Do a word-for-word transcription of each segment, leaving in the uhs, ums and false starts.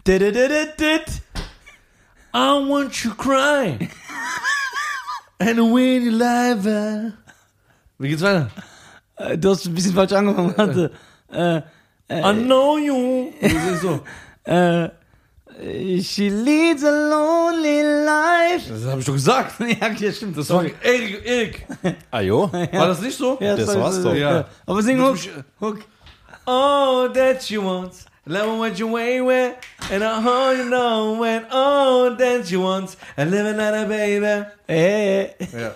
I want you cry. And when you live. Wie geht's weiter? Du hast ein bisschen falsch angefangen. Warte. Äh, äh, I know you. Das ist so. äh, She leads a lonely life. Das habe ich doch gesagt. Ja, okay, stimmt. Das war Erik, Erik. Ajo? Ja. War das nicht so? Ja, das, das war's doch. Ja. Aber sing Hook. Hook. Oh, that you want. Love what you way with. And I hope you know when. Oh, that you want. I live another baby. Hey. Ja.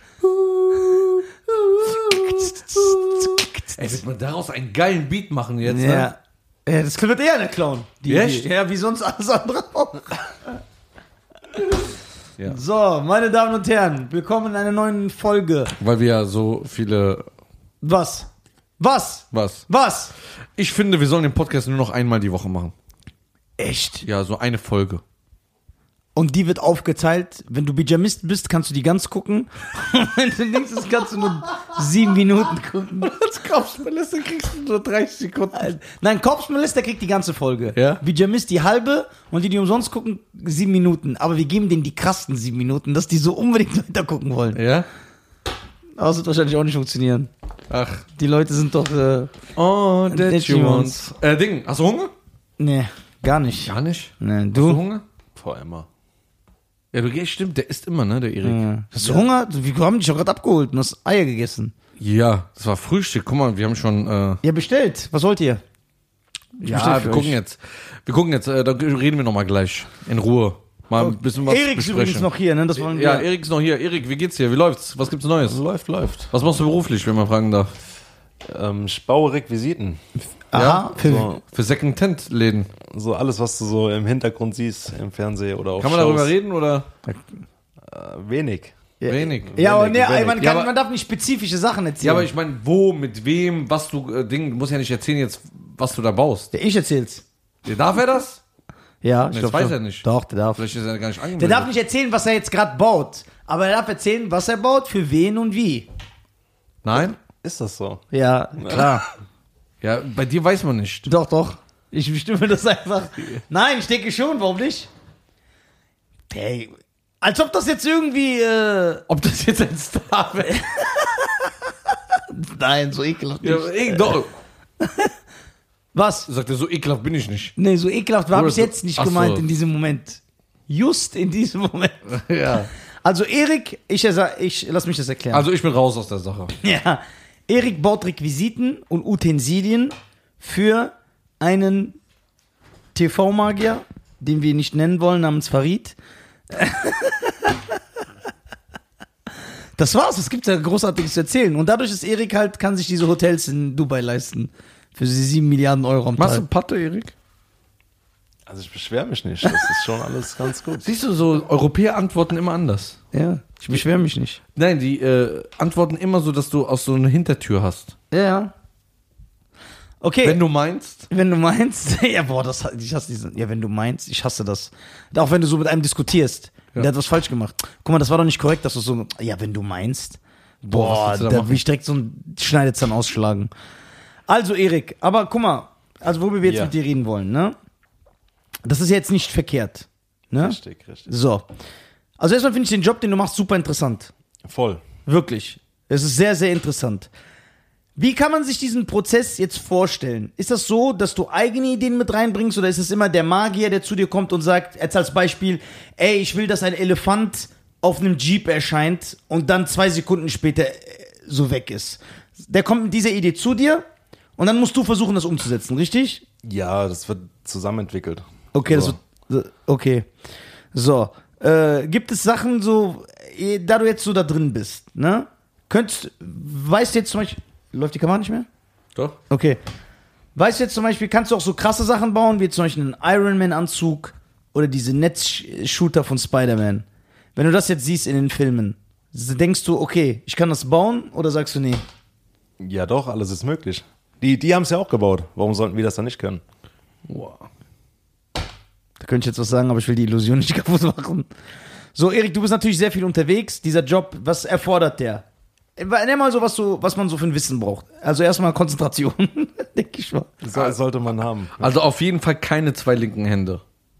Ey, wird man daraus einen geilen Beat machen jetzt, ja. ne? Ja, das wird eher der Clown. Die, Echt? Die, ja, wie sonst alles andere auch. Ja. So, meine Damen und Herren, willkommen in einer neuen Folge. Weil wir ja so viele... Was? Was? Was? Was? Ich finde, wir sollen den Podcast nur noch einmal die Woche machen. Echt? Ja, so eine Folge. Und die wird aufgeteilt. Wenn du Pyjamist bist, kannst du die ganz gucken. Und wenn du links bist, kannst du nur sieben Minuten gucken. Als Kopfsmolester kriegst du nur dreißig Sekunden. Nein, Kopfsmolester kriegt die ganze Folge. Ja? Pyjamist die halbe und die, die umsonst gucken, sieben Minuten. Aber wir geben denen die krassen sieben Minuten, dass die so unbedingt weiter gucken wollen. Ja? Aber es wird wahrscheinlich auch nicht funktionieren. Ach. Die Leute sind doch... Äh, oh, that, that you you want. want. Äh, Ding, hast du Hunger? Nee, gar nicht. Gar nicht. Nee, Du? du? Hast du Hunger? Vor immer. Ja, du gehst, stimmt, der isst immer, ne, der Erik. Ja. Hast du Hunger? Wir haben dich doch gerade abgeholt und hast Eier gegessen. Ja, das war Frühstück. Guck mal, wir haben schon... Äh, Ja, bestellt. Was wollt ihr? Ich bestell ja, für wir gucken euch. jetzt. Wir gucken jetzt, äh, da reden wir nochmal gleich. In Ruhe. Mal ein bisschen was Erik ist besprechen. übrigens noch hier, ne? Das wollen wir. Ja, Erik ist noch hier. Erik, wie geht's dir? Wie läuft's? Was gibt's Neues? Läuft, läuft. Was machst du beruflich, wenn man fragen darf? Ähm, ich baue Requisiten. Aha, Ja? für, So, Für Second-Tent-Läden. so alles, was du so im Hintergrund siehst, im Fernsehen oder auf Kann man Shows. darüber reden oder? Äh, wenig. ja, Wenig. Ja, aber Wenig, nee, wenig. man, kann, Ja, aber- man darf nicht spezifische Sachen erzählen. Ja, aber ich meine, wo, mit wem, was du, äh, Ding, du musst ja nicht erzählen jetzt, was du da baust. Ja, ich erzähl's. Ja, darf er das? Ja, Das ich glaub weiß schon. er nicht. Doch, der darf. Vielleicht ist er gar nicht angemeldet. Der darf nicht erzählen, was er jetzt gerade baut. Aber er darf erzählen, was er baut, für wen und wie. Nein? Ist das so? Ja, klar. Ja, bei dir weiß man nicht. Doch, doch. Ich bestimme das einfach. Nein, ich denke schon, warum nicht? Hey, als ob das jetzt irgendwie. Äh, Ob das jetzt ein Star wäre? Nein, so ekelhaft nicht. Ja, eh, doch. Was? Sagt er, so ekelhaft bin ich nicht. Nee, so ekelhaft habe ich Oder so- jetzt nicht Ach so. gemeint in diesem Moment. Just in diesem Moment. Ja. Also Erik, ich, ersa- ich lass mich das erklären. Also ich bin raus aus der Sache. ja, Erik baut Requisiten und Utensilien für einen T V-Magier, den wir nicht nennen wollen, namens Farid. Das war's, es gibt ja Großartiges zu erzählen. Und dadurch ist Erik halt, kann sich diese Hotels in Dubai leisten. Für sieben Milliarden Euro am Machst du Tag. Patte, Erik? Also ich beschwere mich nicht. Das ist schon alles ganz gut. Siehst du, so Europäer antworten immer anders. Ja, ich beschwere mich nicht. Nein, die äh, antworten immer so, dass du aus so einer Hintertür hast. Ja, ja. Okay. Wenn du meinst. Wenn du meinst, ja, boah, das, ich hasse diesen, ja, wenn du meinst, ich hasse das. Auch wenn du so mit einem diskutierst, Ja. der hat was falsch gemacht. Guck mal, das war doch nicht korrekt, dass du so, ja, wenn du meinst, Boah, was boah, willst du da da machen? will ich direkt so einen Schneidezahn ausschlagen. Also, Erik, aber guck mal, also, worüber wir jetzt Ja. mit dir reden wollen, ne? Das ist jetzt nicht verkehrt, ne? Richtig, richtig. So. Also, erstmal finde ich den Job, den du machst, super interessant. Voll. Wirklich. Es ist sehr, sehr interessant. Wie kann man sich diesen Prozess jetzt vorstellen? Ist das so, dass du eigene Ideen mit reinbringst oder ist es immer der Magier, der zu dir kommt und sagt, jetzt als Beispiel, ey, ich will, dass ein Elefant auf einem Jeep erscheint und dann zwei Sekunden später äh, so weg ist. Der kommt mit dieser Idee zu dir und dann musst du versuchen, das umzusetzen, richtig? Ja, das wird zusammenentwickelt. Okay, So. das wird, okay. So, äh, gibt es Sachen so, eh, da du jetzt so da drin bist, ne? Könntest, weißt du jetzt zum Beispiel, läuft die Kamera nicht mehr? Doch. Okay. Weißt du jetzt zum Beispiel, kannst du auch so krasse Sachen bauen, wie zum Beispiel einen Iron Man Anzug oder diese Netzshooter von Spider-Man. Wenn du das jetzt siehst in den Filmen, denkst du, okay, ich kann das bauen oder sagst du, nee? Ja doch, alles ist möglich. Die, die haben es ja auch gebaut. Warum sollten wir das dann nicht können? Wow. Da könnte ich jetzt was sagen, aber ich will die Illusion nicht kaputt machen. So, Erik, du bist natürlich sehr viel unterwegs. Dieser Job, was erfordert der? Nenn mal so, was, so, was man so für ein Wissen braucht. Also erstmal Konzentration, denke ich mal. So, sollte man haben. Also auf jeden Fall keine zwei linken Hände.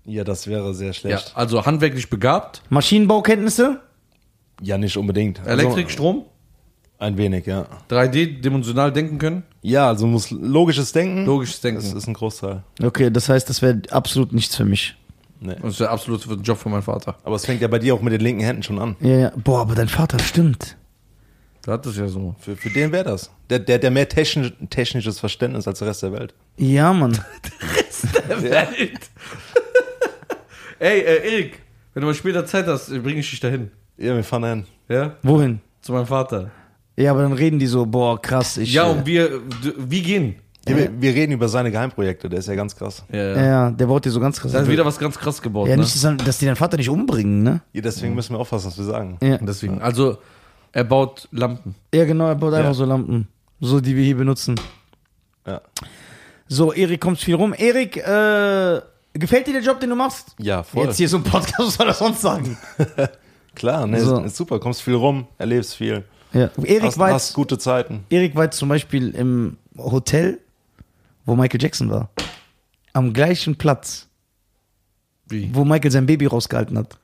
Ja, das wäre sehr Ja, schlecht. also handwerklich begabt, Maschinenbaukenntnisse? Ja, nicht unbedingt. Elektrik, Also, Strom, ein wenig, ja. drei D-dimensional denken können, Ja, also muss logisches Denken. logisches Denken. Das ist ein Großteil. Okay, das heißt, das wäre absolut nichts für mich. Nee. Das wäre absolut für den Job von meinem Vater. Aber es fängt ja bei dir auch mit den linken Händen schon an. Ja, ja. Boah, aber dein Vater, stimmt. Der hat das ja so. Für, für den wäre das. Der, der, der mehr technisch, technisches Verständnis als der Rest der Welt. Ja, Mann. Der Welt. Ey, äh, Erik, wenn du mal später Zeit hast, bringe ich dich dahin. Ja, wir fahren dahin. Ja? Wohin? Zu meinem Vater. Ja, aber dann reden die so, boah, krass. Ich, Ja, äh, und wir, d- wie gehen? Ja, wir, wir reden über seine Geheimprojekte, der ist ja ganz krass. Ja, ja, ja, der baut dir so ganz krass. Da ist wieder was ganz krass gebaut, ja, ne? nicht, dass, dann- dass die deinen Vater nicht umbringen, ne? Ja, deswegen müssen wir aufpassen, was wir sagen. Ja, Und deswegen, also, er baut Lampen. ja genau, er baut einfach Ja. so Lampen. So, die wir hier benutzen. Ja, So, Erik, kommst viel rum. Erik, äh, gefällt dir der Job, den du machst? ja voll. Jetzt hier so ein Podcast, was soll er sonst sagen? Klar, ne, So. ist, ist super. Kommst viel rum, erlebst viel. Ja. Erik Hast, war hast jetzt, gute Zeiten. Erik war jetzt zum Beispiel im Hotel, wo Michael Jackson war. Am gleichen Platz, Wie? wo Michael sein Baby rausgehalten hat.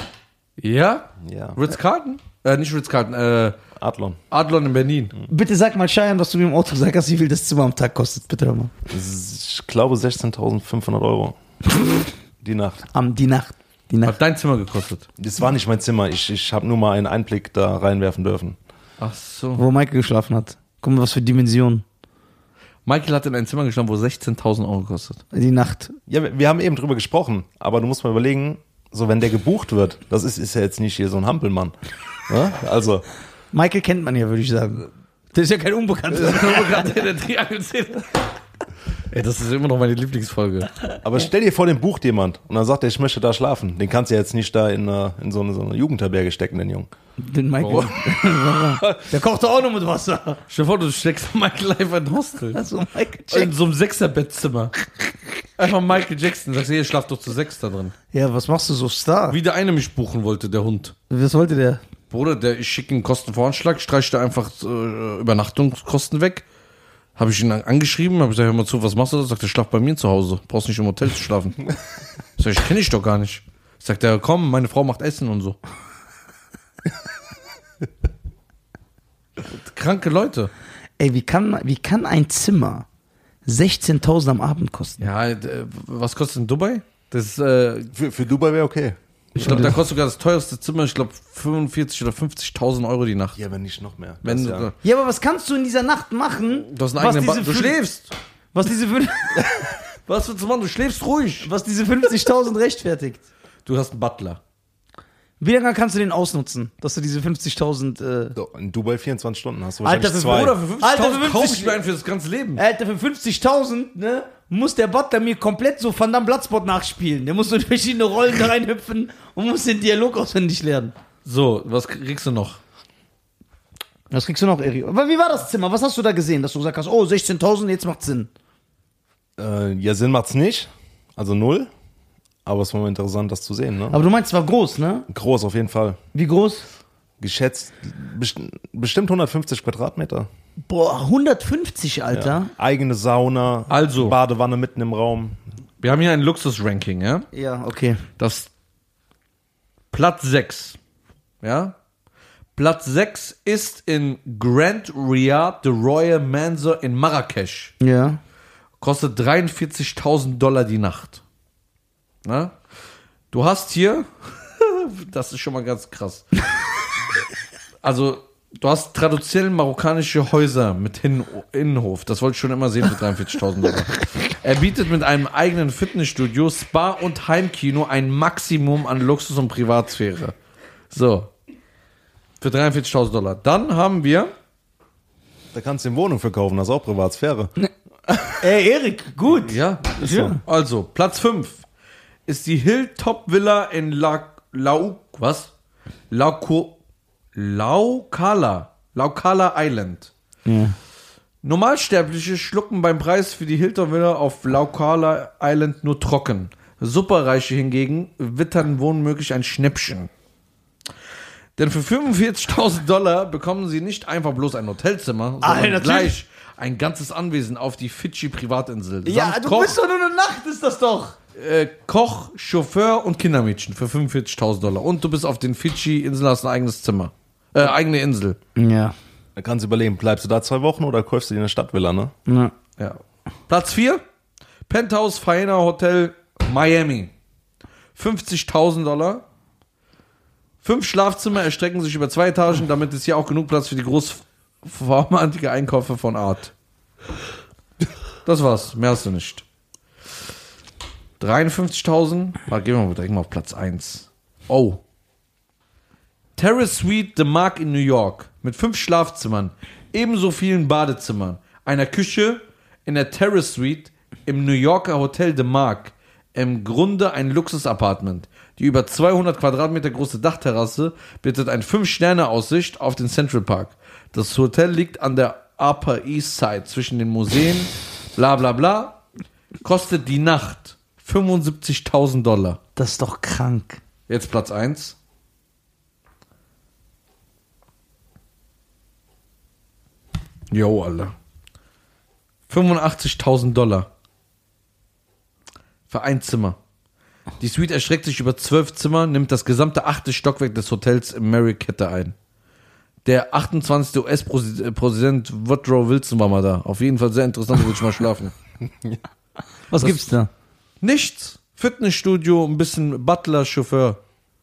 Ja? Ja. Ritz-Carlton? Äh, nicht Ritz-Carlton, äh, Adlon. Adlon in Berlin. Bitte sag mal, Cheyenne, was du mir im Auto gesagt hast, wie viel das Zimmer am Tag kostet. Bitte hör mal. Ich glaube sechzehntausendfünfhundert Euro. Die Nacht. Am, die Nacht. Die Nacht. Hat dein Zimmer gekostet? Das war nicht mein Zimmer. Ich, ich habe nur mal einen Einblick da reinwerfen dürfen. Ach so. Wo Michael geschlafen hat. Guck mal, was für Dimensionen. Michael hat in ein Zimmer geschlafen, wo sechzehntausend Euro kostet. Die Nacht. Ja, wir, wir haben eben drüber gesprochen, aber du musst mal überlegen, so wenn der gebucht wird, das ist, ist ja jetzt nicht hier so ein Hampelmann. Ja? Also, Michael kennt man ja, würde ich sagen. Das ist ja kein Unbekannter. Gerade in der Triangelszene. Ey, das ist immer noch meine Lieblingsfolge. aber stell dir vor, den bucht jemand und dann sagt er, ich möchte da schlafen. Den kannst du ja jetzt nicht da in, äh, in so, eine, so eine Jugendherberge stecken, den Jungen. Den Michael. Der kocht doch auch nur mit Wasser. Stell dir vor, du steckst Michael einfach in ein Hostel. Also Michael In Jackson. so einem Sechser-Bettzimmer. Einfach Michael Jackson. Sagst du, ihr schlaft doch zu sechs da drin. Ja, was machst du so Star? Wie der eine mich buchen wollte, der Hund. Was wollte der? Bruder, der, ich schicke einen Kostenvoranschlag, streiche da einfach äh, Übernachtungskosten weg. Habe ich ihn an- angeschrieben, habe gesagt, hör mal zu, was machst du da? Sagt er, schlaf bei mir zu Hause. Brauchst nicht im Hotel zu schlafen. Sag ich, kenne ich doch gar nicht. Sagt er, komm, meine Frau macht Essen und so. Kranke Leute. Ey, wie kann, wie kann ein Zimmer sechzehntausend am Abend kosten? Ja, äh, was kostet in Dubai? Das ist, äh, Für, für Dubai wäre okay. ich glaube, da kostet sogar das teuerste Zimmer, ich glaube, fünfundvierzig oder fünfzigtausend Euro die Nacht. Ja, wenn nicht noch mehr. Wenn das, du, ja. Ja, aber was kannst du in dieser Nacht machen? du hast einen was eigenen ba diese Du fünf- schläfst. Was diese, fün- Was willst du machen? Du schläfst ruhig. was diese fünfzigtausend rechtfertigt. Du hast einen Butler. Wie lange kannst du den ausnutzen, dass du diese fünfzigtausend... Äh, So, in Dubai vierundzwanzig Stunden hast du Alter, wahrscheinlich für zwei. Bruder, für Alter, für fünfzigtausend kaufe ich fünfzig mir einen für das ganze Leben. Alter, für fünfzigtausend, ne, muss der Butler mir komplett so Van Damme Bloodsport nachspielen. Der muss so in verschiedene Rollen da reinhüpfen und muss den Dialog auswendig lernen. So, was kriegst du noch? Was kriegst du noch, Eri? Aber wie war das Zimmer? Was hast du da gesehen, dass du gesagt hast, oh, sechzehntausend, jetzt macht's Sinn? Äh, ja, Sinn macht's nicht. Also null. Aber es war mal interessant, das zu sehen. Ne? Aber du meinst, es war groß, ne? Groß auf jeden Fall. Wie groß? Geschätzt best bestimmt hundertfünfzig Quadratmeter. Boah, hundertfünfzig, Alter. Ja. Eigene Sauna, Also. Badewanne mitten im Raum. Wir haben hier ein Luxus-Ranking, ja? Ja, okay. Das Platz sechs. Ja? Platz sechs ist in Grand Riyadh, the Royal Mansour in Marrakesch. Ja. Kostet dreiundvierzigtausend Dollar die Nacht. Na? Du hast hier, das ist schon mal ganz krass. Also, du hast traditionell marokkanische Häuser mit Hin Innenhof. Das wollte ich schon immer sehen für dreiundvierzigtausend Dollar. Er bietet mit einem eigenen Fitnessstudio, Spa und Heimkino ein Maximum an Luxus und Privatsphäre. So. Für dreiundvierzigtausend Dollar. Dann haben wir, Da kannst du eine Wohnung verkaufen, das ist auch Privatsphäre. Ey, Erik, gut. ja, ist Ja. so. Also, Platz fünf ist die Hilltop Villa in La, Lau, was? Lauco, Laukala, Laukala Island. Ja. Normalsterbliche schlucken beim Preis für die Hilltop Villa auf Laukala Island nur trocken. Superreiche hingegen wittern womöglich ein Schnäppchen. Denn für fünfundvierzigtausend Dollar bekommen sie nicht einfach bloß ein Hotelzimmer, sondern Ah, natürlich. gleich ein ganzes Anwesen auf die Fidschi Privatinsel. Ja, Samt du Koch. bist doch nur eine Nacht, ist das doch. äh, Koch, Chauffeur und Kindermädchen für fünfundvierzigtausend Dollar. Und du bist auf den Fidschi-Inseln, hast ein eigenes Zimmer. Äh, eigene Insel. Ja. Da kannst du überlegen, bleibst du da zwei Wochen oder kaufst du dir eine Stadtvilla, ne? ja. Ja. Platz vier. Penthouse Faena Hotel Miami. fünfzigtausend Dollar. Fünf Schlafzimmer erstrecken sich über zwei Etagen, damit ist hier auch genug Platz für die großformatige Einkäufe von Art. Das war's, mehr hast du nicht. dreiundfünfzigtausend. Mal gehen wir mal direkt mal auf Platz eins. Oh. Terrace Suite The Mark in New York. Mit fünf Schlafzimmern, ebenso vielen Badezimmern, einer Küche in der Terrace Suite im New Yorker Hotel The Mark. Im Grunde ein Luxus-Apartment. Die über zweihundert Quadratmeter große Dachterrasse bietet eine fünf Sterne Aussicht auf den Central Park. Das Hotel liegt an der Upper East Side zwischen den Museen, bla bla bla. Kostet die Nacht fünfundsiebzigtausend Dollar. Das ist doch krank. Jetzt Platz eins. Jo, Alter. fünfundachtzigtausend Dollar. Für ein Zimmer. Die Suite erstreckt sich über zwölf Zimmer, nimmt das gesamte achte Stockwerk des Hotels in Mary-Kette ein. Der achtundzwanzigste U S-Präsident Woodrow Wilson war mal da. Auf jeden Fall sehr interessant, würde ich mal schlafen. Was gibt's da? Nichts. Fitnessstudio, ein bisschen Butler, Chauffeur.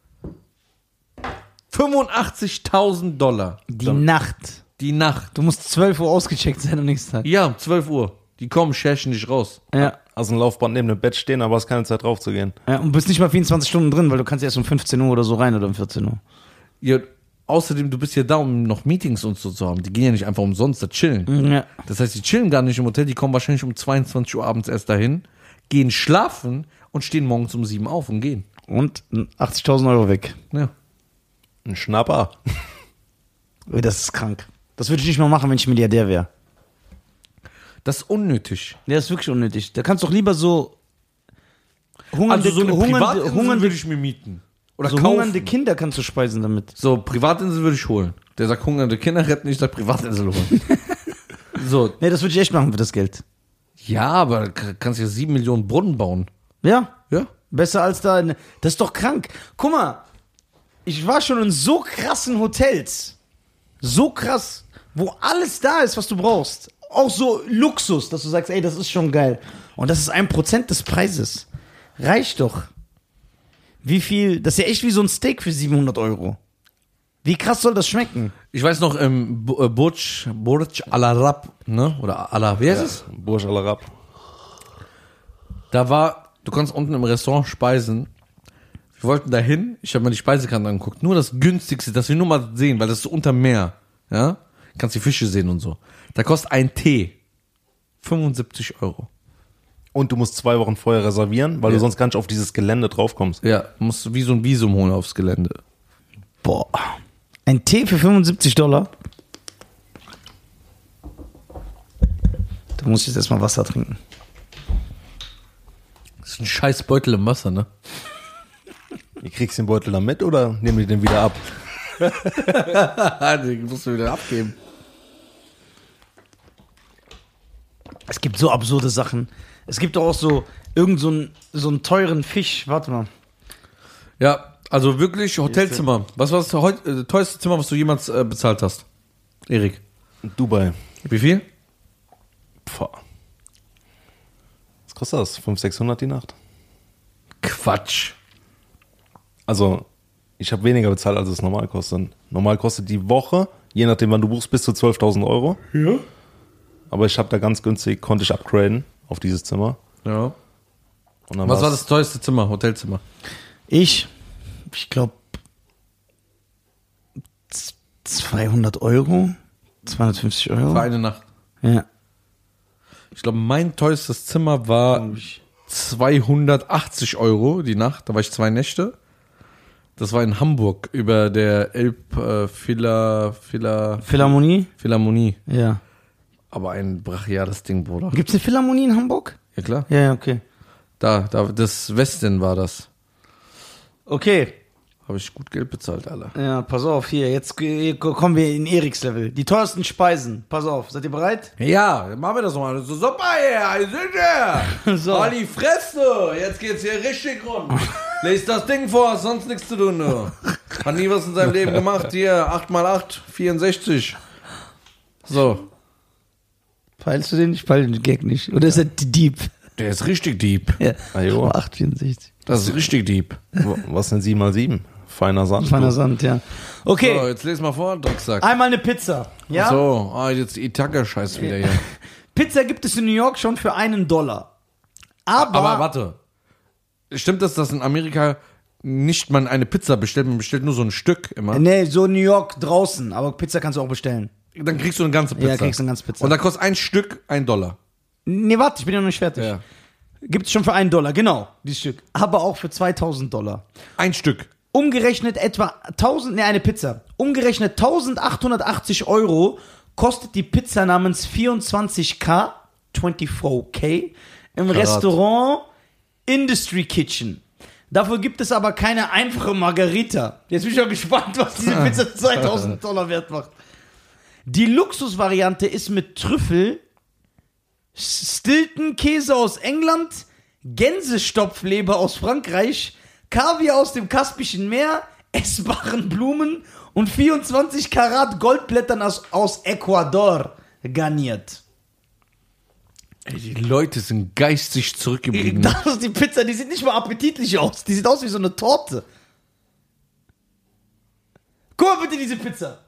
fünfundachtzigtausend Dollar. Die Nacht. Die Nacht. Du musst zwölf Uhr ausgecheckt sein am nächsten Tag. Ja, um zwölf Uhr. Die kommen, schäschen dich raus. Ja. Also ein Laufband neben dem Bett stehen, aber hast keine Zeit drauf zu gehen. Ja, und bist nicht mal vierundzwanzig Stunden drin, weil du kannst erst um fünfzehn Uhr oder so rein oder um vierzehn Uhr. Ja, außerdem, du bist ja da, um noch Meetings und so zu haben. Die gehen ja nicht einfach umsonst, da chillen. Ja. Das heißt, die chillen gar nicht im Hotel, die kommen wahrscheinlich um zweiundzwanzig Uhr abends erst dahin, gehen schlafen und stehen morgens um sieben auf und gehen. Und achtzigtausend Euro weg. Ja. Ein Schnapper. Ey, das ist krank. Das würde ich nicht mal machen, wenn ich Milliardär wäre. Das ist unnötig. Ja, das ist wirklich unnötig. Da kannst du doch lieber so hungernde, Also so eine hungernde, Privatinsel hungernde, würde ich mir mieten. Oder so kaufen. hungernde Kinder kannst du speisen damit. So, Privatinsel würde ich holen. Der sagt, hungernde Kinder retten, ich sag Privatinsel holen. So. Nee, das würde ich echt machen für das Geld. Ja, aber k- kannst ja sieben Millionen Brunnen bauen. Ja, Ja. besser als da. in- Das ist doch krank. Guck mal, ich war schon in so krassen Hotels. So krass, wo alles da ist, was du brauchst. Auch so Luxus, dass du sagst, ey, das ist schon geil. Und das ist ein Prozent des Preises. Reicht doch. Wie viel, das ist ja echt wie so ein Steak für siebenhundert Euro. Wie krass soll das schmecken? Ich weiß noch, im Bu- äh, Burj, Burj Al Arab, ne? Oder Ala, wie heißt es? Burj Al Arab. Da war, du kannst unten im Restaurant speisen. Wir wollten da hin, ich habe mir die Speisekarte angeguckt. Nur das günstigste, das wir nur mal sehen, weil das ist unter Meer. Ja? Kannst die Fische sehen und so. Da kostet ein Tee fünfundsiebzig Euro. Und du musst zwei Wochen vorher reservieren, weil Ja. du sonst gar nicht auf dieses Gelände draufkommst. Ja, musst du wie so ein Visum holen aufs Gelände. Boah. Ein Tee für fünfundsiebzig Dollar? Da muss ich jetzt erstmal Wasser trinken. Das ist ein scheiß Beutel im Wasser, ne? Ihr kriegst den Beutel dann mit oder nehmen die den wieder ab? Den musst du wieder abgeben. Es gibt so absurde Sachen. Es gibt doch auch so irgend so einen, so einen teuren Fisch. Warte mal. Ja, also wirklich Hotelzimmer. Was war das heu- äh, teuerste Zimmer, was du jemals äh, bezahlt hast? Erik. Dubai. Wie viel? Pfah. Was kostet das? fünfhundert, sechshundert die Nacht? Quatsch. Also, ich habe weniger bezahlt, als es normal kostet. Normal kostet die Woche, je nachdem wann du buchst, bis zu zwölftausend Euro. Ja. Aber ich habe da ganz günstig, konnte ich upgraden auf dieses Zimmer. Ja. Und dann Was war war's- das teuerste Zimmer, Hotelzimmer? Ich, ich glaube, zweihundert Euro? zweihundertfünfzig Euro? Für eine Nacht. Ja. Ich glaube, mein teuerstes Zimmer war zweihundertachtzig Euro die Nacht. Da war ich zwei Nächte. Das war in Hamburg über der Elb äh, Phila, Phila, Philharmonie? Philharmonie. Ja. Aber ein brachiales Ding, Bruder. Gibt's eine Philharmonie in Hamburg? Ja, klar. Ja, ja, okay. Da, da, das Westen war das. Okay. Habe ich gut Geld bezahlt, Alter. Ja, pass auf, hier, jetzt äh, kommen wir in Eriks Level. Die teuersten Speisen. Pass auf, seid ihr bereit? Ja, dann machen wir das nochmal. So, super hier, hier sind wir. So. Halt die Fresse. Jetzt geht's hier richtig rund. Lest das Ding vor, hast sonst nichts zu tun, du. Hat nie was in seinem Leben gemacht. Hier, acht mal acht, vierundsechzig. So. Peilst du den? Ich peile den Gag nicht. Oder ist er deep? Der ist richtig deep. Ja. Ajo. acht vierundsechzig. Das ist richtig deep. Was sind sieben mal sieben? Feiner Sand. Feiner Sand, ja. Okay, So, jetzt les mal vor, Drecksack. einmal eine Pizza. Ja? So, ah, jetzt Ithaka-Scheiß wieder hier. Pizza gibt es in New York schon für einen Dollar. Aber, Aber warte. Stimmt das, dass in Amerika nicht man eine Pizza bestellt, man bestellt nur so ein Stück immer? nee, so New York draußen. Aber Pizza kannst du auch bestellen. Dann kriegst du eine ganze Pizza. Ja, kriegst du eine ganze Pizza. Und dann kostet ein Stück ein Dollar. Nee, warte, ich bin ja noch nicht fertig. Ja. Gibt es schon für einen Dollar, genau, dieses Stück. Aber auch für zweitausend Dollar. Ein Stück. Umgerechnet etwa tausend, ne, eine Pizza. Umgerechnet eintausendachthundertachtzig Euro kostet die Pizza namens vierundzwanzig K, vierundzwanzig K, im Karat. Restaurant Industry Kitchen. Dafür gibt es aber keine einfache Margarita. Jetzt bin ich auch gespannt, was diese Pizza zweitausend Dollar wert macht. Die Luxusvariante ist mit Trüffel, Stilton-Käse aus England, Gänsestopfleber aus Frankreich, Kaviar aus dem Kaspischen Meer, essbaren Blumen und vierundzwanzig Karat Goldblättern aus, aus Ecuador garniert. Ey, die Leute sind geistig zurückgeblieben. Das ist die Pizza, die sieht nicht mal appetitlich aus. Die sieht aus wie so eine Torte. Guck mal bitte diese Pizza.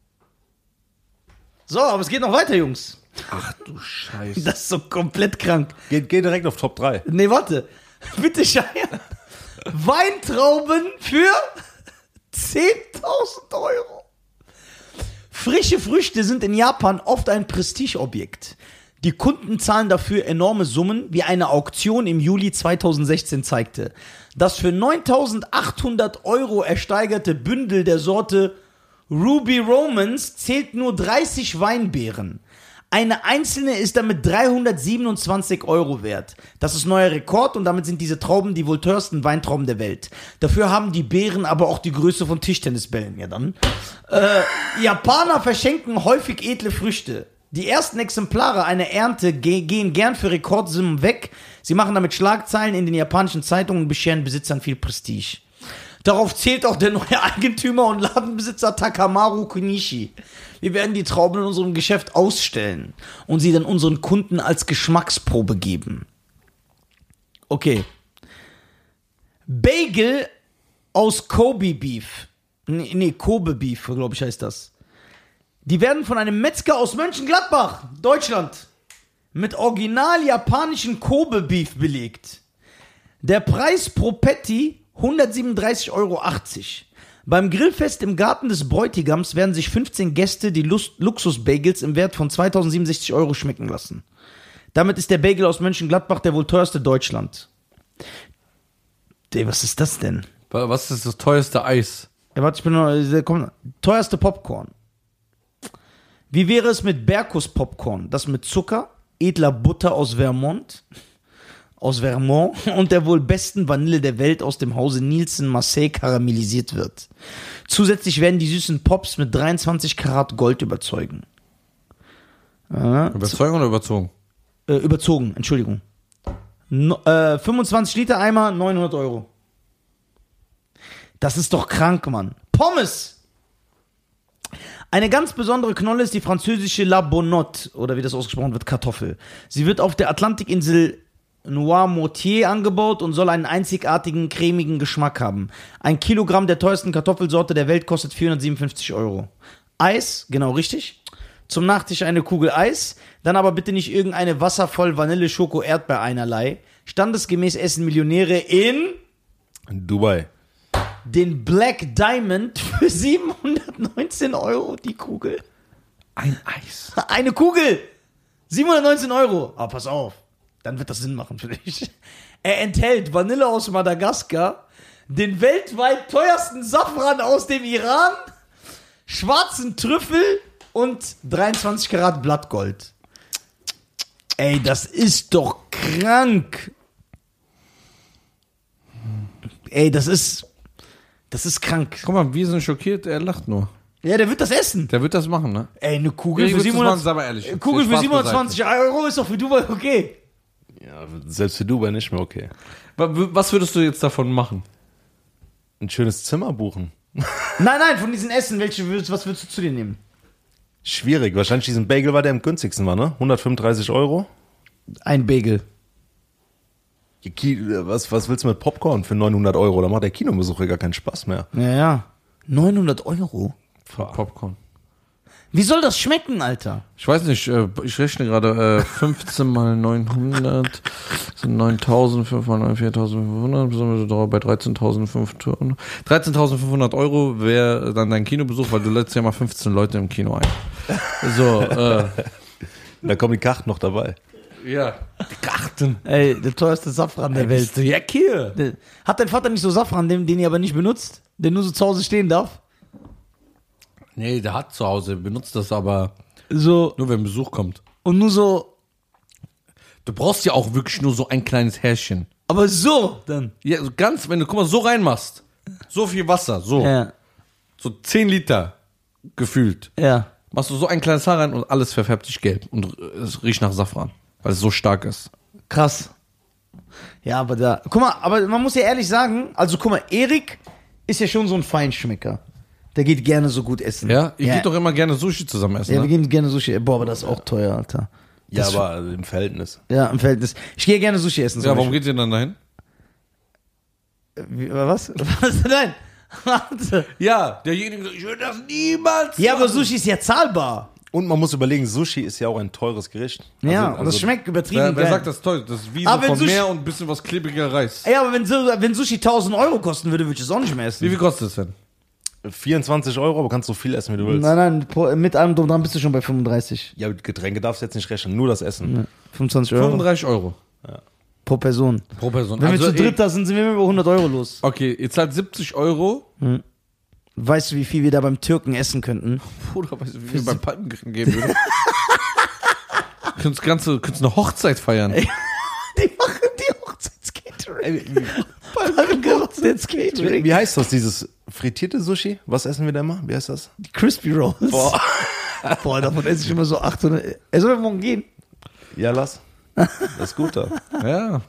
So, aber es geht noch weiter, Jungs. Ach du Scheiße. Das ist so komplett krank. Geht, geht direkt auf Top drei. Nee, warte. Bitte scheiße. Weintrauben für zehntausend Euro. Frische Früchte sind in Japan oft ein Prestigeobjekt. Die Kunden zahlen dafür enorme Summen, wie eine Auktion im Juli zweitausendsechzehn zeigte. Das für neuntausendachthundert Euro ersteigerte Bündel der Sorte Ruby Romans zählt nur dreißig Weinbeeren. Eine einzelne ist damit dreihundertsiebenundzwanzig Euro wert. Das ist neuer Rekord und damit sind diese Trauben die wohl teuersten Weintrauben der Welt. Dafür haben die Beeren aber auch die Größe von Tischtennisbällen. Ja dann. Äh, Japaner verschenken häufig edle Früchte. Die ersten Exemplare einer Ernte ge- gehen gern für Rekordsummen weg. Sie machen damit Schlagzeilen in den japanischen Zeitungen und bescheren Besitzern viel Prestige. Darauf zählt auch der neue Eigentümer und Ladenbesitzer Takamaru Kunishi. Wir werden die Trauben in unserem Geschäft ausstellen und sie dann unseren Kunden als Geschmacksprobe geben. Okay. Bagel aus Kobe Beef. Nee, nee Kobe Beef, glaube ich, heißt das. Die werden von einem Metzger aus Mönchengladbach, Deutschland, mit original japanischen Kobe Beef belegt. Der Preis pro Patty hundertsiebenunddreißig Euro achtzig. Beim Grillfest im Garten des Bräutigams werden sich fünfzehn Gäste die Lust- Luxus-Bagels im Wert von zweitausendsiebenundsechzig Euro schmecken lassen. Damit ist der Bagel aus Mönchengladbach der wohl teuerste Deutschland. Ey, was ist das denn? Was ist das teuerste Eis? Ja, warte, ich bin noch, äh, komm, teuerste Popcorn. Wie wäre es mit Berkus Popcorn? Das mit Zucker, edler Butter aus Vermont, aus Vermont und der wohl besten Vanille der Welt aus dem Hause Nielsen Marseille karamellisiert wird. Zusätzlich werden die süßen Pops mit dreiundzwanzig Karat Gold überzeugen. Äh, Überzeugung oder überzogen? äh, überzogen, Entschuldigung. No, äh, fünfundzwanzig Liter Eimer, neunhundert Euro. Das ist doch krank, Mann. Pommes! Eine ganz besondere Knolle ist die französische La Bonotte, oder wie das ausgesprochen wird, Kartoffel. Sie wird auf der Atlantikinsel Noirmoutier angebaut und soll einen einzigartigen, cremigen Geschmack haben. Ein Kilogramm der teuersten Kartoffelsorte der Welt kostet vierhundertsiebenundfünfzig Euro. Eis, genau richtig. Zum Nachtisch eine Kugel Eis, dann aber bitte nicht irgendeine wasservoll Vanille, Schoko, Erdbeer einerlei. Standesgemäß essen Millionäre in Dubai. den Black Diamond für siebenhundertneunzehn Euro die Kugel. Ein Eis. Eine Kugel! siebenhundertneunzehn Euro. Aber pass auf, dann wird das Sinn machen für dich. Er enthält Vanille aus Madagaskar, den weltweit teuersten Safran aus dem Iran, schwarzen Trüffel und dreiundzwanzig Karat Blattgold. Ey, das ist doch krank. Ey, das ist... Das ist krank. Guck mal, wir sind schockiert, er lacht nur. Ja, der wird das essen. Der wird das machen, ne? Ey, eine Kugel Ich für würd's machen, siebenhundert sag mal ehrlich. Kugel für Spaß siebenhundertzwanzig Euro ist doch für Dubai okay. Ja, selbst für Dubai nicht mehr okay. beiseite. Was würdest du jetzt davon machen? Ein schönes Zimmer buchen. Nein, nein, von diesen Essen, welche würdest, was würdest du zu dir nehmen? Schwierig. Wahrscheinlich diesen Bagel war der am günstigsten war, ne? hundertfünfunddreißig Euro. Ein Bagel. Ki- Was, was willst du mit Popcorn für neunhundert Euro? Da macht der Kinobesuch ja gar keinen Spaß mehr. Ja, ja. neunhundert Euro? Popcorn. Wie soll das schmecken, Alter? Ich weiß nicht, äh, ich rechne gerade äh, fünfzehn mal neunhundert sind neuntausend, fünf mal neun, viertausendfünfhundert, sind wir bei dreizehntausendfünfhundert. dreizehntausendfünfhundert Euro wäre dann dein Kinobesuch, weil du lädst ja mal fünfzehn Leute im Kino ein. So, äh, Da kommen die Karten noch dabei. ja. Die Karten. Ey, der teuerste Safran der Welt. Bist du Jack hier? Der- Hat dein Vater nicht so Safran, den, den ihr aber nicht benutzt? Der nur so zu Hause stehen darf? Nee, der hat zu Hause, benutzt das aber So, nur, wenn Besuch kommt. und nur so, Du brauchst ja auch wirklich nur so ein kleines Härchen. aber so dann. Ja, so ganz, wenn du, guck mal, so reinmachst, so viel Wasser, so, Ja, so zehn Liter gefühlt, ja. machst du so ein kleines Haar rein und alles verfärbt sich gelb und es riecht nach Safran, weil es so stark ist. Krass. Ja, aber da, guck mal, aber man muss ja ehrlich sagen, also guck mal, Erik ist ja schon so ein Feinschmecker. Der geht gerne so gut essen. Ja, ihr ja. geht doch immer gerne Sushi zusammen essen, Ja, wir ne? gehen gerne Sushi. Boah, aber das ist auch teuer, Alter. Ja, Das- aber im Verhältnis. Ja, im Verhältnis. Ich gehe gerne Sushi essen. zum Ja, warum Beispiel. geht ihr dann dahin? Wie, was? Was? Nein. Warte. Ja, derjenige, ich würde das niemals Ja, aber machen. Sushi ist ja zahlbar. Und man muss überlegen, Sushi ist ja auch ein teures Gericht. Ja, Also- und das also- schmeckt übertrieben Wer, wer geil. sagt das toll? Das ist wie so Aber wenn von Sushi- Meer und ein bisschen was klebriger Reis. Ja, aber wenn, so, wenn Sushi tausend Euro kosten würde, würde ich es auch nicht mehr essen. Wie viel kostet es denn? vierundzwanzig Euro, aber kannst so viel essen, wie du willst. Nein, nein, pro- mit allem drum dran bist du schon bei fünfunddreißig. Ja, mit Getränke darfst du jetzt nicht rechnen, nur das Essen. fünfundzwanzig Euro fünfunddreißig Euro pro Person. pro Person. Wenn Also, wir zu dritt da sind, sind wir über hundert Euro los. okay, ihr zahlt siebzig Euro. Weißt du, wie viel wir da beim Türken essen könnten? Bruder, weißt du, wie viel beim Palmengrillen geben würde? Könntest ganze, könntest eine Hochzeit feiern. Die machen die Hochzeitscatering. Hochzeitscatering. Wie heißt das, dieses frittierte Sushi? Was essen wir da immer? Wie heißt das? Die Crispy Rolls. Boah. Boah, davon esse ich immer so achthundert. Er soll morgen gehen. Ja, lass. Das ist gut da. Ja,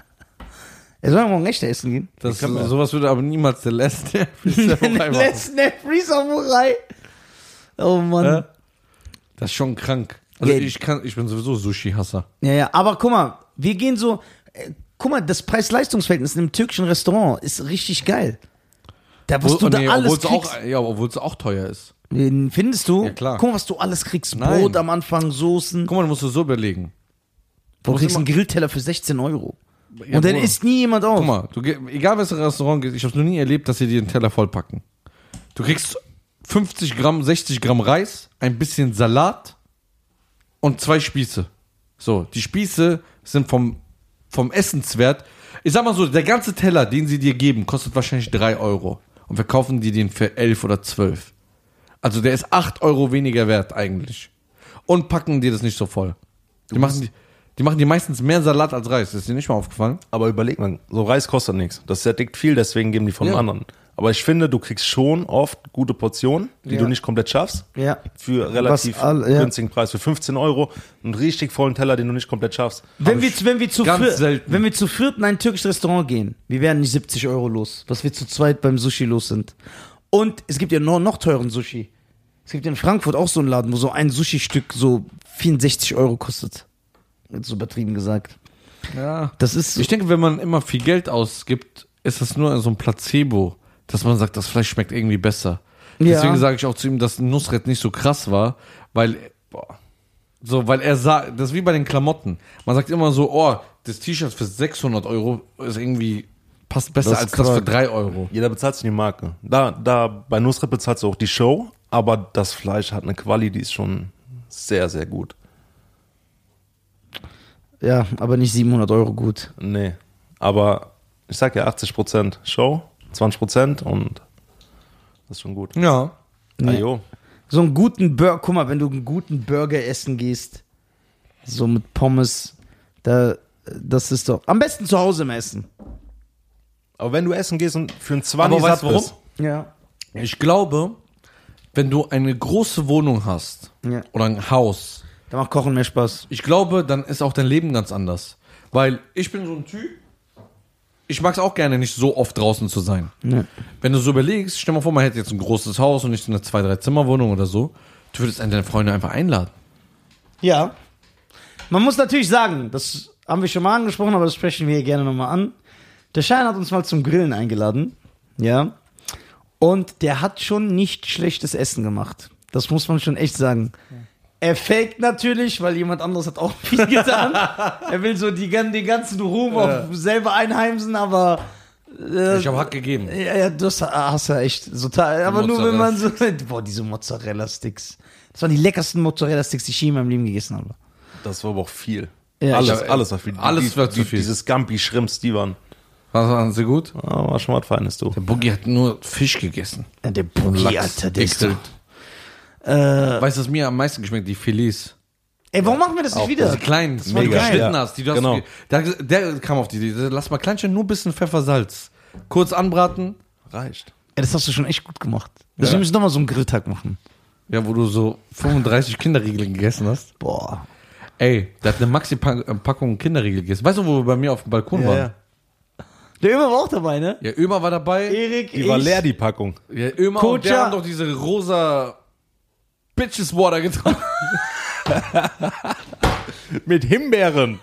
Er soll morgen echt essen gehen. das, kann man- sowas würde aber niemals der Lester machen. Let's Free Samurai. Oh Mann. Ja. Das ist schon krank. Also Ja. ich kann, ich bin sowieso Sushi-Hasser. Ja, ja, aber guck mal, wir gehen so, äh, guck mal, das Preis-Leistungs-Verhältnis in einem türkischen Restaurant ist richtig geil. Da, was du da alles obwohl es kriegst. auch, ja, obwohl es auch teuer ist. Findest du? Ja, klar. Guck mal, was du alles kriegst. Nein. Brot am Anfang, Soßen. Guck mal, du musst es so überlegen. Du musst kriegst immer- einen Grillteller für sechzehn Euro. Ja, Und dann Bruder. isst nie jemand auf. Guck mal, du, geh- egal welches Restaurant geht, ich habe noch nie erlebt, dass sie dir einen Teller vollpacken. Du kriegst fünfzig Gramm, sechzig Gramm Reis, ein bisschen Salat und zwei Spieße. So, die Spieße sind vom, vom Essenswert. Ich sag mal so, der ganze Teller, den sie dir geben, kostet wahrscheinlich drei Euro. Und wir kaufen die den für elf oder zwölf. Also der ist acht Euro weniger wert eigentlich. Und packen dir das nicht so voll. Die machen, die, die machen dir meistens mehr Salat als Reis. Ist dir nicht mal aufgefallen? Aber überleg mal, so Reis kostet nichts. Das sättigt viel, deswegen geben die von Ja. dem anderen. Aber ich finde, du kriegst schon oft gute Portionen, die Ja. du nicht komplett schaffst. Ja. Für relativ Was all- ja. günstigen Preis. Für fünfzehn Euro. Einen richtig vollen Teller, den du nicht komplett schaffst. Wenn wir, wenn, wir zu ganz vier, selten. wenn wir zu viert in ein türkisches Restaurant gehen, wir werden nicht siebzig Euro los, was wir zu zweit beim Sushi los sind. Und es gibt ja noch, noch teuren Sushi. Es gibt ja in Frankfurt auch so einen Laden, wo so ein Sushi-Stück so vierundsechzig Euro kostet. Jetzt so übertrieben gesagt. Ja. Das ist so. Ich denke, wenn man immer viel Geld ausgibt, ist das nur so ein Placebo, dass man sagt, das Fleisch schmeckt irgendwie besser. Ja. Deswegen sage ich auch zu ihm, dass Nusret nicht so krass war, weil, boah, so, weil er sagt, das ist wie bei den Klamotten. Man sagt immer so, oh, das T-Shirt für sechshundert Euro ist irgendwie, passt besser Das ist als das für Quark. drei Euro. Jeder bezahlt sich die Marke. Da, da, bei Nusret bezahlst du auch die Show, aber das Fleisch hat eine Quali, die ist schon sehr, sehr gut. Ja, aber nicht siebenhundert Euro gut. Nee. Aber ich sag ja achtzig Prozent Show, zwanzig Prozent und das ist schon gut. Ja. Ah, jo. So einen guten Burger, guck mal, wenn du einen guten Burger essen gehst, so mit Pommes, da, das ist doch, am besten zu Hause im Essen. Aber wenn du essen gehst und für einen zwanzig Aber weißt satt du warum? bist, Ja. Ich glaube, wenn du eine große Wohnung hast Ja. oder ein Haus, Da macht Kochen mehr Spaß. ich glaube, dann ist auch dein Leben ganz anders. Weil ich bin so ein Typ, ich mag es auch gerne, nicht so oft draußen zu sein. Ja. Wenn du so überlegst, stell mal vor, man hätte jetzt ein großes Haus und nicht so eine zwei-, drei-Zimmer-Wohnung oder so, du würdest einen deiner Freunde einfach einladen. Ja. Man muss natürlich sagen, das haben wir schon mal angesprochen, aber das sprechen wir hier gerne nochmal an. Der Schein hat uns mal zum Grillen eingeladen. Ja. Und der hat schon nicht schlechtes Essen gemacht. Das muss man schon echt sagen. Er faked natürlich, weil jemand anderes hat auch viel getan. Er will so die, den ganzen Ruhm Ja. auf selber einheimsen, aber äh, Ich habe Hack gegeben. ja, ja, das hast du echt total. Aber nur wenn man so. Mozzarella. Boah, diese Mozzarella-Sticks. Das waren die leckersten Mozzarella-Sticks, die ich je in meinem Leben gegessen habe. Das war aber auch viel. Ja, alles, ich- alles war viel. alles war zu die, viel. Diese Scampi-Shrimps, die waren. Was waren sie gut? Ah, war schon was Feines, du. Der Boogie hat nur Fisch gegessen. Ja, der Boogie, Lachs, Alter, der ist Ekel. doch. Äh, Weißt du, was mir am meisten geschmeckt? Die Filets. ey, warum machen wir das nicht Auch wieder? Die kleinen, die Mega, du geschnitten ja. hast. Die du Genau. hast der, der kam auf die Idee, lass mal Kleinchen, nur ein bisschen Pfeffer, Salz. Kurz anbraten. Reicht. Ja, das hast du schon echt gut gemacht. Deswegen Ja. müssen wir nochmal so einen Grilltag machen. Ja, wo du so fünfunddreißig Kinderriegel gegessen hast. Boah. Ey, der hat eine Maxi-Packung Kinderriegel gegessen. Weißt du, wo wir bei mir auf dem Balkon waren? Der Ömer war auch dabei, ne? Ja, Ömer war dabei. Erik, Die war ich. leer, die Packung. Ja, Ömer und der Kocha. haben doch diese rosa Bitches Water getrunken. Mit Himbeeren.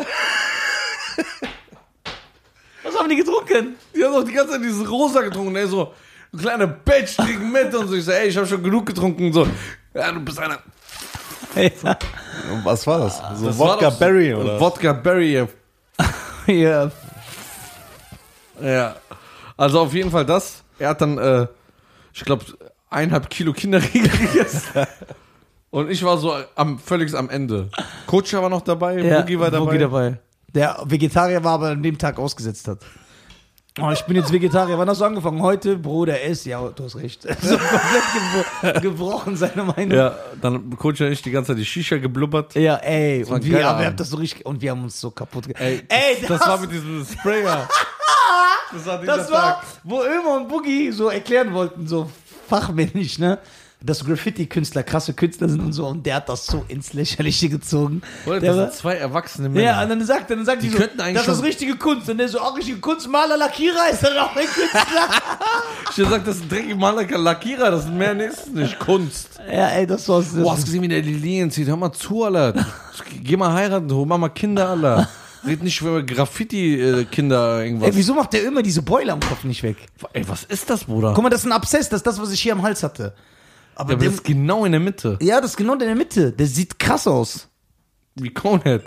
Was haben die getrunken? Die haben doch die ganze Zeit dieses rosa getrunken. Ey, so, du kleine Bitch, trink mit. Und so, ich so, ey, ich habe schon genug getrunken. Und so, ja, du bist einer. Ja. Und was war das? So Das war Wodka doch so- Berry oder? Wodka Berry, ja. Ja. Ja, also auf jeden Fall das. Er hat dann, äh, ich glaube, eineinhalb Kilo Kinderriegel gegessen. Und ich war so am völlig am Ende. Kocha war noch dabei, Ja, Boogie war dabei. Boogie dabei. Der Vegetarier war, aber an dem Tag ausgesetzt hat. Oh, ich bin jetzt Vegetarier. Wann hast du angefangen? Heute, Bruder, ess. Ja, du hast recht. So komplett gebro gebrochen, seine Meinung. Ja, dann Kocha und ich die ganze Zeit die Shisha geblubbert. Ja, ey. war Und ein wir, geiler aber wir haben Abend. das so richtig. Und wir haben uns so kaputt ge Ey, ey das, das war mit diesem Sprayer. Das war dieser Das war, Tag. wo Ömer und Boogie so erklären wollten, so fachmännisch, ne? Dass Graffiti-Künstler krasse Künstler sind und so. Und der hat das so ins Lächerliche gezogen. Oder, Der das war- sind zwei erwachsene Männer. Ja, und dann sagt, dann sagt die, Die so, könnten eigentlich das ist schon- richtige Kunst. Und der so, auch richtige Kunst, Maler, Lackierer ist dann auch ein Künstler. Ich hab gesagt, das ist ein dreckig Maler Lackierer, das ist mehr nichts, nicht Kunst. Ja, ey, das war's. Boah, hast du gesehen, wie der Lilien zieht? Hör mal zu, Alter. Geh mal heiraten, hol mal mal Kinder, Alter. Red nicht über Graffiti-Kinder irgendwas. Ey, wieso macht der immer diese Beule am Kopf nicht weg? Ey, was ist das, Bruder? Guck mal, das ist ein Abszess, das ist das, was ich hier am Hals hatte. Aber, Ja, aber der, das ist genau in der Mitte. ja, das ist genau in der Mitte. Der sieht krass aus. Wie Conehead.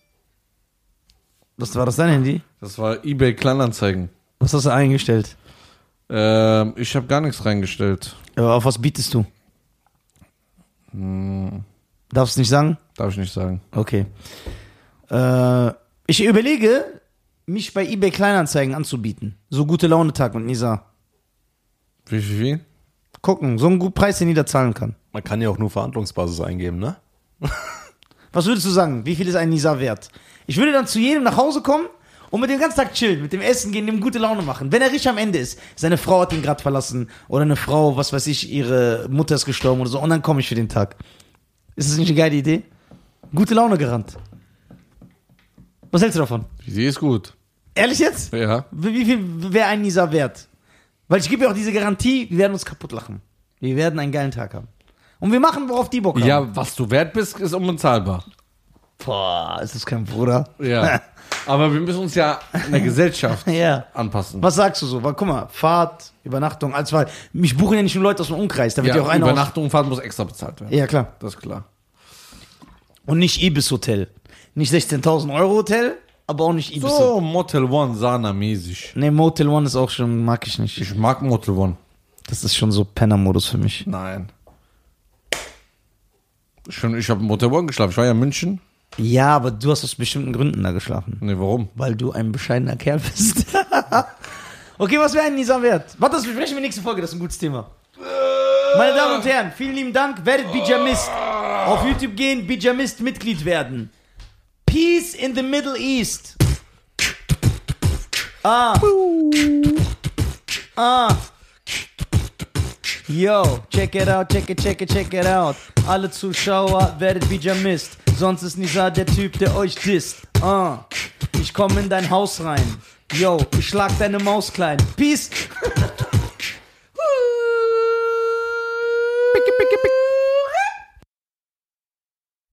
Was war das dein Handy? Das war eBay Kleinanzeigen. Was hast du eingestellt? Ähm, ich habe gar nichts reingestellt. Aber auf was bietest du? Hm, Darfst du nicht sagen? darf ich nicht sagen. Okay. Äh, ich überlege, mich bei eBay Kleinanzeigen anzubieten. So gute Laune-Tag mit Nisa. Wie, wie, wie? Gucken, so einen guten Preis, den jeder zahlen kann. Man kann ja auch nur Verhandlungsbasis eingeben, ne? Was würdest du sagen? Wie viel ist ein Nisa wert? Ich würde dann zu jedem nach Hause kommen und mit dem ganzen Tag chillen, mit dem Essen gehen, dem gute Laune machen. Wenn er richtig am Ende ist, seine Frau hat ihn gerade verlassen oder eine Frau, was weiß ich, ihre Mutter ist gestorben oder so und dann komme ich für den Tag. Ist das nicht eine geile Idee? Gute Laune gerannt. Was hältst du davon? Die Idee ist gut. Ehrlich jetzt? Ja. Wie wie viel wäre ein Nisa wert? Weil ich gebe ja auch diese Garantie, wir werden uns kaputt lachen. Wir werden einen geilen Tag haben. Und wir machen, worauf die Bock haben. Ja, was du wert bist, ist unbezahlbar. Boah, ist das kein Bruder? Ja. Aber wir müssen uns ja in der Gesellschaft Ja. anpassen. Was sagst du so? Weil, guck mal, Fahrt, Übernachtung, als Fall. Mich buchen ja nicht nur Leute aus dem Umkreis, da wird ja, auch einer aus... Übernachtung und Fahrt muss extra bezahlt werden. Ja, klar. Das ist klar. Und nicht Ibis-Hotel. Nicht sechzehntausend Euro Hotel, aber auch nicht Ibis-Hotel. So, Motel One, Sana-mäßig. Nee, Motel One ist auch schon, mag ich nicht. Ich mag Motel One. Das ist schon so Penner-Modus für mich. Nein. Schon, ich habe im Motel One geschlafen. Ich war ja in München. Ja, aber du hast aus bestimmten Gründen da geschlafen. Nee, warum? Weil du ein bescheidener Kerl bist. Okay, was wäre ein Nisa wert? Warte, das besprechen wir in der nächsten Folge, das ist ein gutes Thema. Meine Damen und Herren, vielen lieben Dank. Werdet Bijamist. Auf YouTube gehen, Bijamist Mitglied werden. Peace in the Middle East. Ah. Ah. Yo, check it out, check it, check it, check it out. Alle Zuschauer werdet wie Jamist. Sonst ist Nisa der Typ, der euch disst. Uh, ich komm in dein Haus rein. Yo, ich schlag deine Maus klein. Peace.